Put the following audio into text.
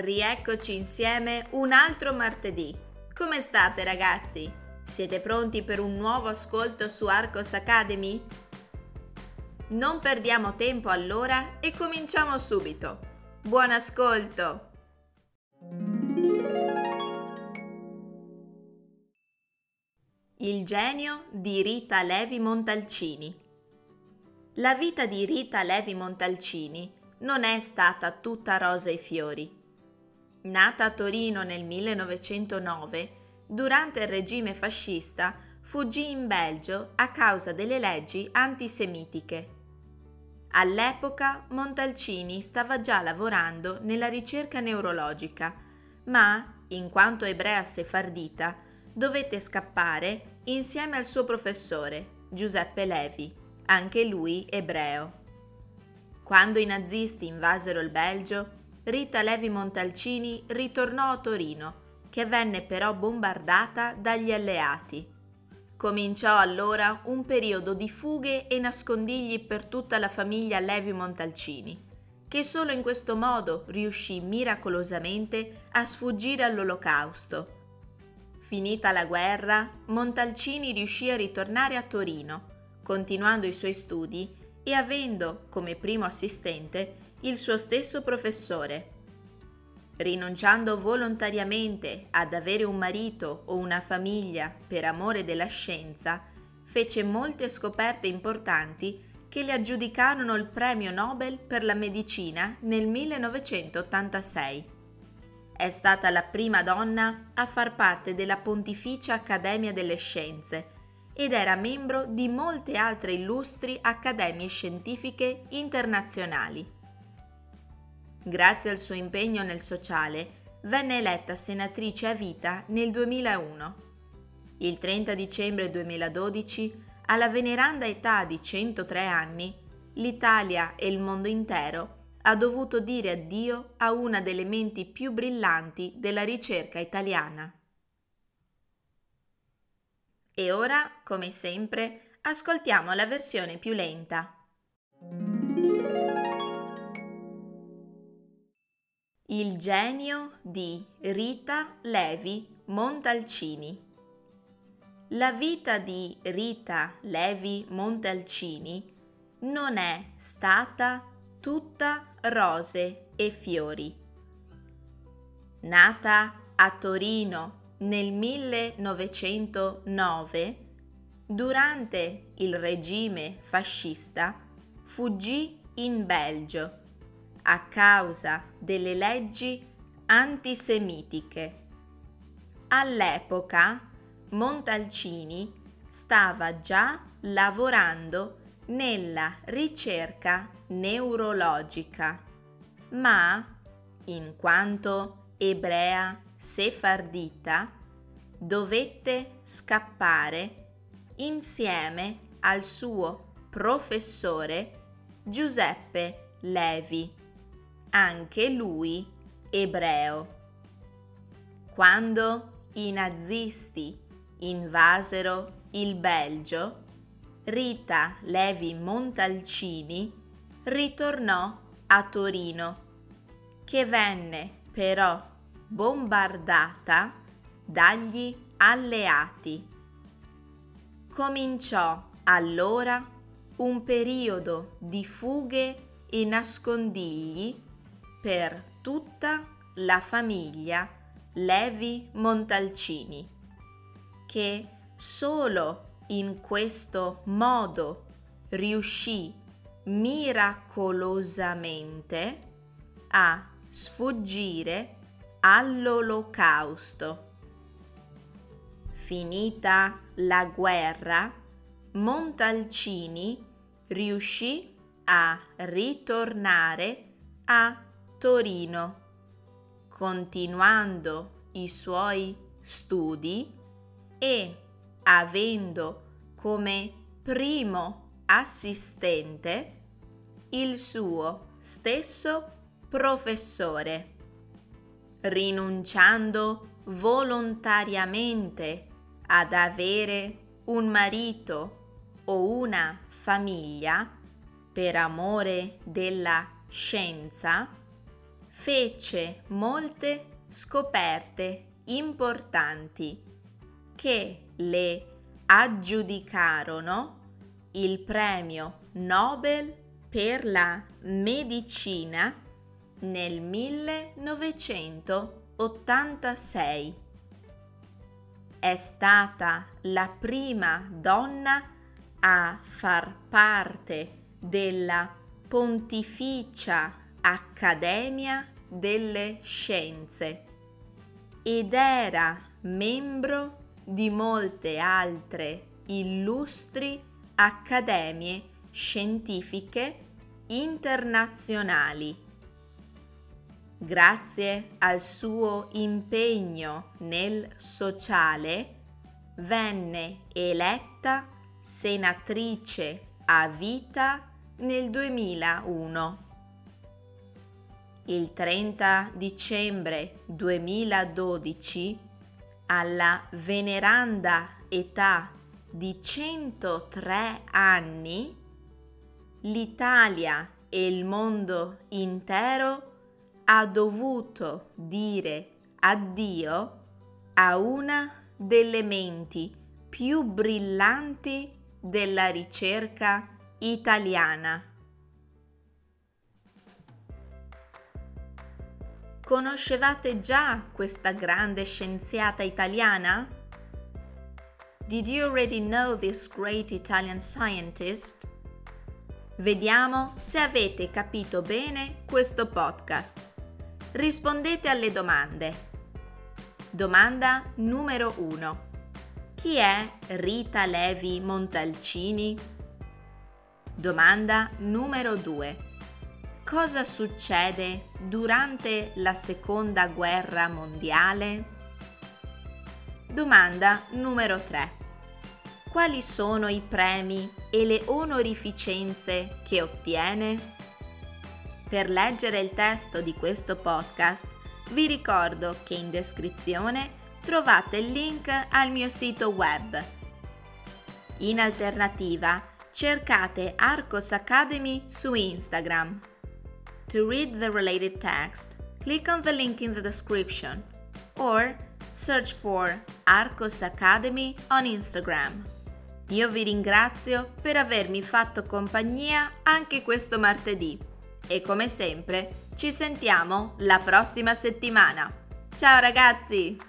Rieccoci insieme un altro martedì. Come state ragazzi? Siete pronti per un nuovo ascolto su Arcos Academy? Non perdiamo tempo allora e cominciamo subito. Buon ascolto! Il genio di Rita Levi Montalcini. La vita di Rita Levi Montalcini non è stata tutta rose e fiori. Nata a Torino nel 1909, durante il regime fascista fuggì in Belgio a causa delle leggi antisemitiche. All'epoca Montalcini stava già lavorando nella ricerca neurologica, ma, in quanto ebrea sefardita, dovette scappare insieme al suo professore, Giuseppe Levi, anche lui ebreo. Quando i nazisti invasero il Belgio, Rita Levi Montalcini ritornò a Torino, che venne però bombardata dagli alleati. Cominciò allora un periodo di fughe e nascondigli per tutta la famiglia Levi Montalcini, che solo in questo modo riuscì miracolosamente a sfuggire all'Olocausto. Finita la guerra, Montalcini riuscì a ritornare a Torino, continuando i suoi studi e avendo come primo assistente il suo stesso professore. Rinunciando volontariamente ad avere un marito o una famiglia per amore della scienza, fece molte scoperte importanti che le aggiudicarono il premio Nobel per la medicina nel 1986. È stata la prima donna a far parte della Pontificia Accademia delle Scienze ed era membro di molte altre illustri accademie scientifiche internazionali. Grazie al suo impegno nel sociale, venne eletta senatrice a vita nel 2001. Il 30 dicembre 2012, alla veneranda età di 103 anni, l'Italia e il mondo intero ha dovuto dire addio a una delle menti più brillanti della ricerca italiana. E ora, come sempre, ascoltiamo la versione più lenta. Il genio di Rita Levi Montalcini. La vita di Rita Levi Montalcini non è stata tutta rose e fiori. Nata a Torino nel 1909, durante il regime fascista, fuggì in Belgio a causa delle leggi antisemitiche. All'epoca Montalcini stava già lavorando nella ricerca neurologica, ma in quanto ebrea sefardita dovette scappare insieme al suo professore Giuseppe Levi, anche lui ebreo. Quando i nazisti invasero il Belgio, Rita Levi Montalcini ritornò a Torino, che venne però bombardata dagli alleati. Cominciò allora un periodo di fughe e nascondigli per tutta la famiglia Levi Montalcini, che solo in questo modo riuscì miracolosamente a sfuggire all'Olocausto. Finita la guerra, Montalcini riuscì a ritornare a Torino, continuando i suoi studi e avendo come primo assistente il suo stesso professore. Rinunciando volontariamente ad avere un marito o una famiglia per amore della scienza, fece molte scoperte importanti che le aggiudicarono il premio Nobel per la medicina nel 1986. È stata la prima donna a far parte della Pontificia Accademia delle Scienze ed era membro di molte altre illustri accademie scientifiche internazionali. Grazie al suo impegno nel sociale, venne eletta senatrice a vita nel 2001. Il 30 dicembre 2012, alla veneranda età di 103 anni, l'Italia e il mondo intero ha dovuto dire addio a una delle menti più brillanti della ricerca italiana. Conoscevate già questa grande scienziata italiana? Did you already know this great Italian scientist? Vediamo se avete capito bene questo podcast. Rispondete alle domande. Domanda numero 1. Chi è Rita Levi Montalcini? Domanda numero 2. Cosa succede durante la Seconda Guerra Mondiale? Domanda numero 3. Quali sono i premi e le onorificenze che ottiene? Per leggere il testo di questo podcast, vi ricordo che in descrizione trovate il link al mio sito web. In alternativa, cercate Arcos Academy su Instagram. To read the related text, click on the link in the description or search for Arcos Academy on Instagram. Io vi ringrazio per avermi fatto compagnia anche questo martedì e come sempre ci sentiamo la prossima settimana. Ciao ragazzi!